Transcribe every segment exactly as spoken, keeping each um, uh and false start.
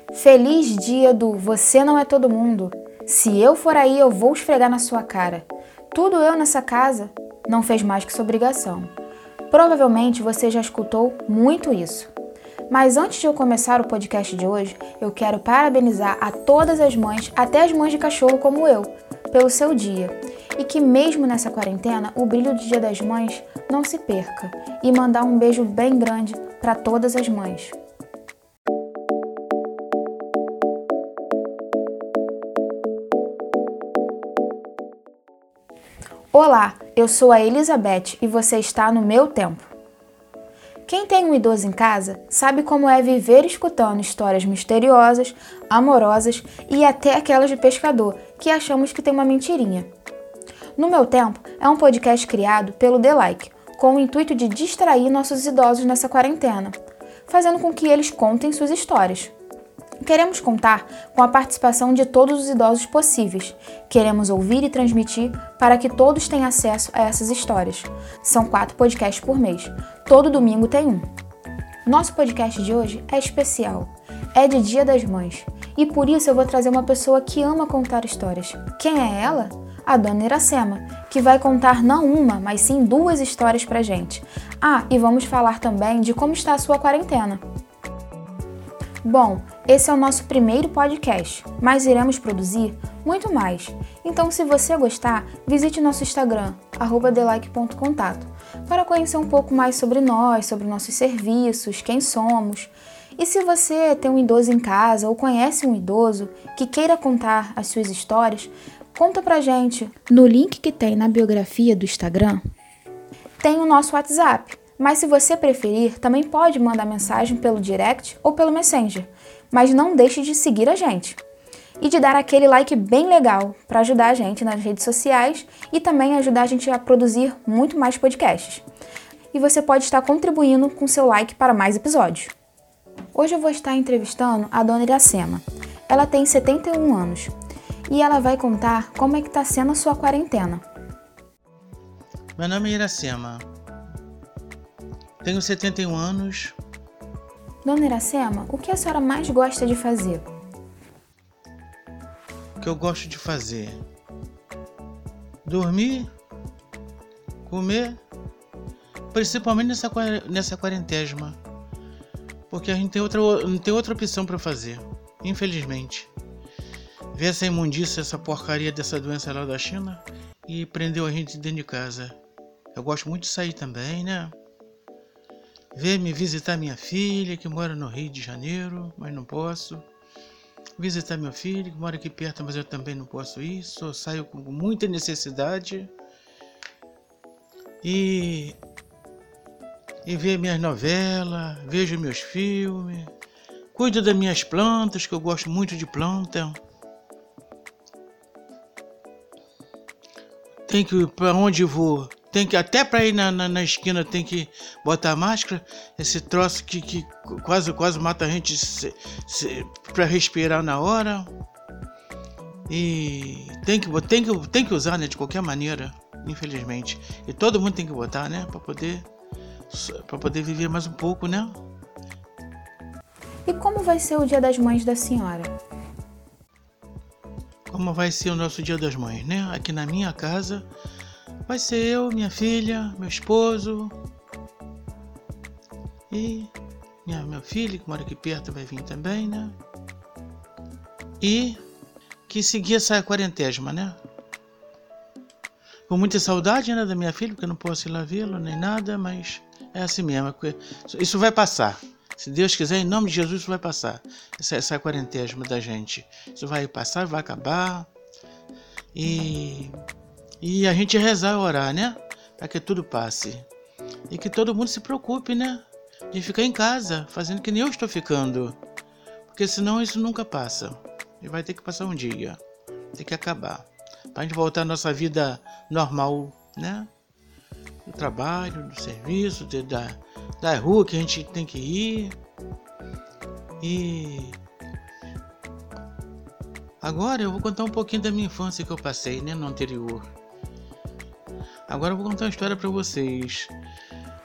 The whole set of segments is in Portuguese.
Feliz dia do Você Não É Todo Mundo. Se eu for aí, eu vou esfregar na sua cara. Tudo eu nessa casa não fez mais que sua obrigação. Provavelmente você já escutou muito isso. Mas antes de eu começar o podcast de hoje, eu quero parabenizar a todas as mães, até as mães de cachorro como eu, pelo seu dia. E que mesmo nessa quarentena, o brilho do Dia das Mães não se perca. E mandar um beijo bem grande para todas as mães. Olá, eu sou a Elizabeth e você está no meu tempo. Quem tem um idoso em casa sabe como é viver escutando histórias misteriosas, amorosas e até aquelas de pescador, que achamos que tem uma mentirinha. No Meu Tempo é um podcast criado pelo The Like, com o intuito de distrair nossos idosos nessa quarentena, fazendo com que eles contem suas histórias. Queremos contar com a participação de todos os idosos possíveis. Queremos ouvir e transmitir para que todos tenham acesso a essas histórias. São quatro podcasts por mês. Todo domingo tem um. Nosso podcast de hoje é especial. É de Dia das Mães. E por isso eu vou trazer uma pessoa que ama contar histórias. Quem é ela? A Dona Iracema, que vai contar não uma, mas sim duas histórias pra gente. Ah, e vamos falar também de como está a sua quarentena. Bom, esse é o nosso primeiro podcast, mas iremos produzir muito mais. Então, se você gostar, visite nosso Instagram, arroba delike ponto contato, para conhecer um pouco mais sobre nós, sobre nossos serviços, quem somos. E se você tem um idoso em casa ou conhece um idoso que queira contar as suas histórias, conta pra gente. No link que tem na biografia do Instagram, tem o nosso WhatsApp. Mas se você preferir, também pode mandar mensagem pelo direct ou pelo Messenger. Mas não deixe de seguir a gente. E de dar aquele like bem legal para ajudar a gente nas redes sociais e também ajudar a gente a produzir muito mais podcasts. E você pode estar contribuindo com seu like para mais episódios. Hoje eu vou estar entrevistando a Dona Iracema. Ela tem setenta e um anos e ela vai contar como é que está sendo a sua quarentena. Meu nome é Iracema. Tenho setenta e um anos. Dona Iracema, o que a senhora mais gosta de fazer? O que eu gosto de fazer? Dormir, comer, principalmente nessa, nessa quarentena, porque a gente tem outra, não tem outra opção para fazer, infelizmente. Ver essa imundícia, essa porcaria dessa doença lá da China e prendeu a gente dentro de casa. Eu gosto muito de sair também, né? Ver me visitar minha filha, que mora no Rio de Janeiro, mas não posso. Visitar meu filho, que mora aqui perto, mas eu também não posso ir. Só saio com muita necessidade. E, e ver minhas novelas, vejo meus filmes. Cuido das minhas plantas, que eu gosto muito de planta. Tem que ir para onde vou. Tem que, até para ir na, na, na esquina tem que botar máscara, esse troço que, que quase, quase mata a gente para respirar na hora. E tem que, tem, que, tem que usar, né, de qualquer maneira, infelizmente. E todo mundo tem que botar, né, para poder, para poder viver mais um pouco, né? E como vai ser o Dia das Mães da senhora? Como vai ser o nosso Dia das Mães, né? Aqui na minha casa vai ser eu, minha filha, meu esposo e minha, meu filho, que mora aqui perto, vai vir também, né? E que seguir essa quarentena, né? Com muita saudade, né, da minha filha, porque eu não posso ir lá vê-la, nem nada, mas é assim mesmo. Isso vai passar. Se Deus quiser, em nome de Jesus, isso vai passar. Essa, essa quarentena da gente. Isso vai passar, vai acabar. E... E a gente rezar e orar, né? Para que tudo passe. E que todo mundo se preocupe, né? De ficar em casa, fazendo que nem eu estou ficando. Porque senão isso nunca passa. E vai ter que passar um dia. Tem que acabar. Para a gente voltar à nossa vida normal, né? Do trabalho, do serviço, de, da, da rua que a gente tem que ir. E... agora eu vou contar um pouquinho da minha infância que eu passei, né? No anterior. Agora eu vou contar uma história para vocês.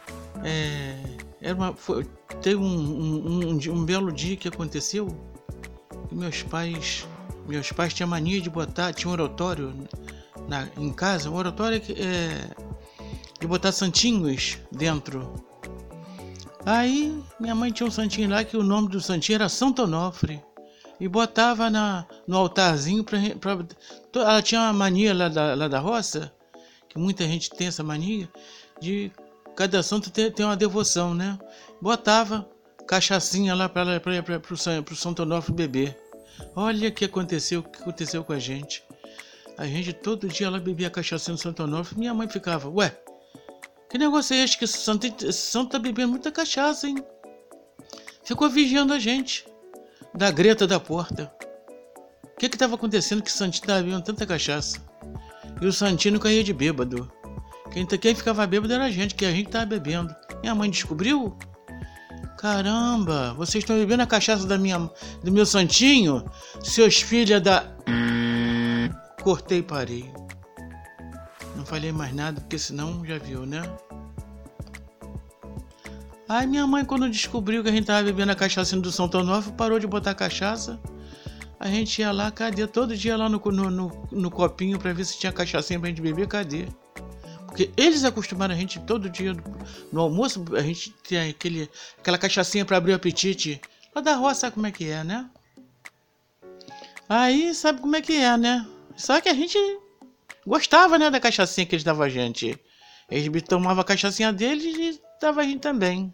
É, era uma, foi, teve um, um, um, um belo dia que aconteceu meus pais, meus pais tinham mania de botar, tinha um oratório na, em casa, um oratório que, é, de botar santinhos dentro. Aí minha mãe tinha um santinho lá que o nome do santinho era Santo Onofre. E botava na, no altarzinho pra, pra... Ela tinha uma mania lá da, lá da roça, que muita gente tem essa mania, de cada santo ter, ter uma devoção, né? Botava cachaçinha lá para o Santo Onofre beber. Olha o que aconteceu, o que aconteceu com a gente. A gente todo dia lá bebia cachaçinha no Santo Onofre. Minha mãe ficava, ué, que negócio é esse que esse santo, esse santo tá bebendo muita cachaça, hein? Ficou vigiando a gente. Da greta da porta. O que que estava acontecendo que o Santinho estava bebendo tanta cachaça? E o Santinho não caía de bêbado. Quem, quem ficava bêbado era a gente, que a gente estava bebendo. Minha mãe descobriu? Caramba, vocês estão bebendo a cachaça da minha, do meu Santinho? Seus filhos da... Cortei e parei. Não falei mais nada, porque senão já viu, né? Aí minha mãe, quando descobriu que a gente tava bebendo a cachaça do Santo Onofre, parou de botar cachaça. A gente ia lá, cadê? Todo dia lá no, no, no, no copinho pra ver se tinha cachaçinha pra gente beber, cadê? Porque eles acostumaram a gente todo dia no, no almoço, a gente tem aquele, aquela cachaçinha pra abrir o apetite. Lá da roça, sabe como é que é, né? Aí sabe como é que é, né? Só que a gente gostava, né, da cachaçinha que eles davam a gente. Eles tomavam a cachaçinha deles e davam a gente também.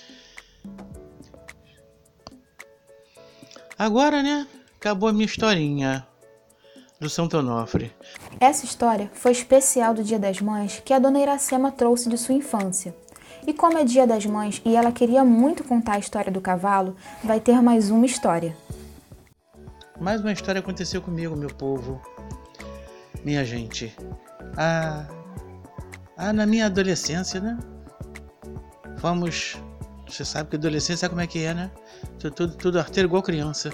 Agora, né, acabou a minha historinha do Santo Onofre. Essa história foi especial do Dia das Mães que a dona Iracema trouxe de sua infância. E como é Dia das Mães e ela queria muito contar a história do cavalo, vai ter mais uma história. Mais uma história aconteceu comigo, meu povo. Minha gente. Ah, ah na minha adolescência, né? Fomos... Você sabe que adolescência sabe como é que é, né? Tudo, tudo, tudo arteiro igual criança.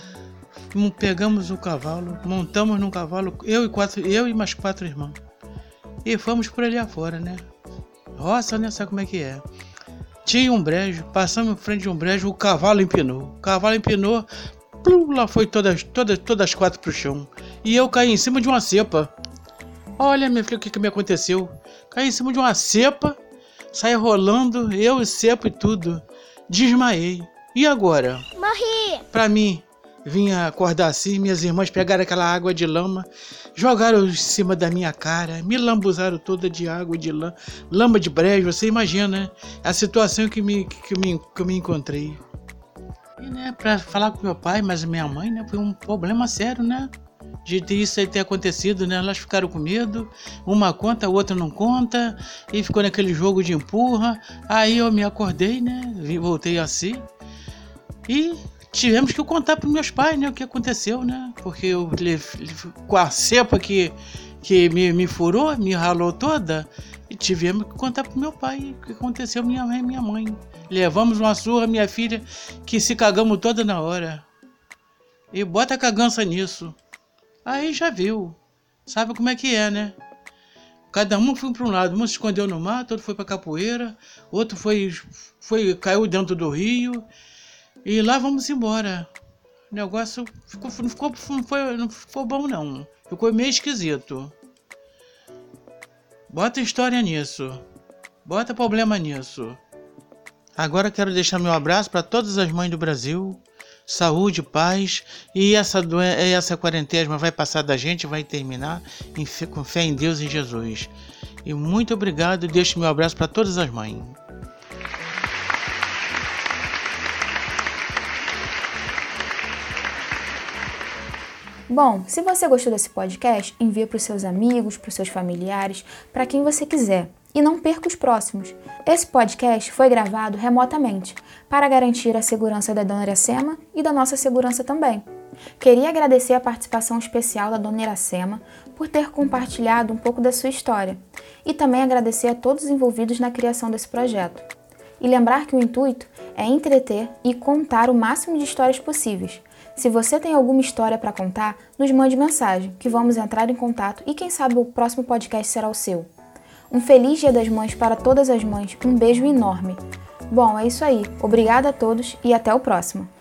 Pegamos o cavalo, montamos num cavalo, eu e, quatro, eu e mais quatro irmãos. E fomos por ali afora, né? Roça, né? Sabe como é que é? Tinha um brejo, passamos em frente de um brejo, o cavalo empinou. O cavalo empinou, plum, lá foi todas, todas, todas as quatro pro chão. E eu caí em cima de uma cepa. Olha, minha filha, o que, que me aconteceu? Caí em cima de uma cepa, saí rolando, eu e cepa e tudo. Desmaiei. E agora? Morri! Pra mim, vinha acordar assim, minhas irmãs pegaram aquela água de lama, jogaram em cima da minha cara, me lambuzaram toda de água, de lama, lama de brejo, você imagina, né? A situação que, me, que, eu me, que eu me encontrei. E, né, pra falar com meu pai, mas minha mãe, né, foi um problema sério, né? De isso aí ter acontecido, né? Elas ficaram com medo, uma conta, a outra não conta, e ficou naquele jogo de empurra. Aí eu me acordei, né? Voltei a si. E tivemos que contar para meus pais, né, o que aconteceu, né? Porque eu, com a cepa que, que me, me furou, me ralou toda, e tivemos que contar para meu pai o que aconteceu, minha mãe e minha mãe. Levamos uma surra, minha filha, que se cagamos toda na hora. E bota a cagança nisso. Aí já viu. Sabe como é que é, né? Cada um foi para um lado. Um se escondeu no mato, outro foi para capoeira, outro foi, foi, caiu dentro do rio. E lá vamos embora. O negócio ficou, não, ficou, não, foi, não ficou bom, não. Ficou meio esquisito. Bota história nisso. Bota problema nisso. Agora quero deixar meu abraço para todas as mães do Brasil. Saúde, paz. E essa, doen- essa quarentena vai passar da gente, vai terminar em fé, com fé em Deus e em Jesus. E muito obrigado. Deixo meu abraço para todas as mães. Bom, se você gostou desse podcast, envia para os seus amigos, para os seus familiares, para quem você quiser. E não perca os próximos. Esse podcast foi gravado remotamente, para garantir a segurança da Dona Iracema e da nossa segurança também. Queria agradecer a participação especial da Dona Iracema por ter compartilhado um pouco da sua história. E também agradecer a todos os envolvidos na criação desse projeto. E lembrar que o intuito é entreter e contar o máximo de histórias possíveis. Se você tem alguma história para contar, nos mande mensagem, que vamos entrar em contato e quem sabe o próximo podcast será o seu. Um feliz Dia das Mães para todas as mães, um beijo enorme. Bom, é isso aí. Obrigada a todos e até o próximo.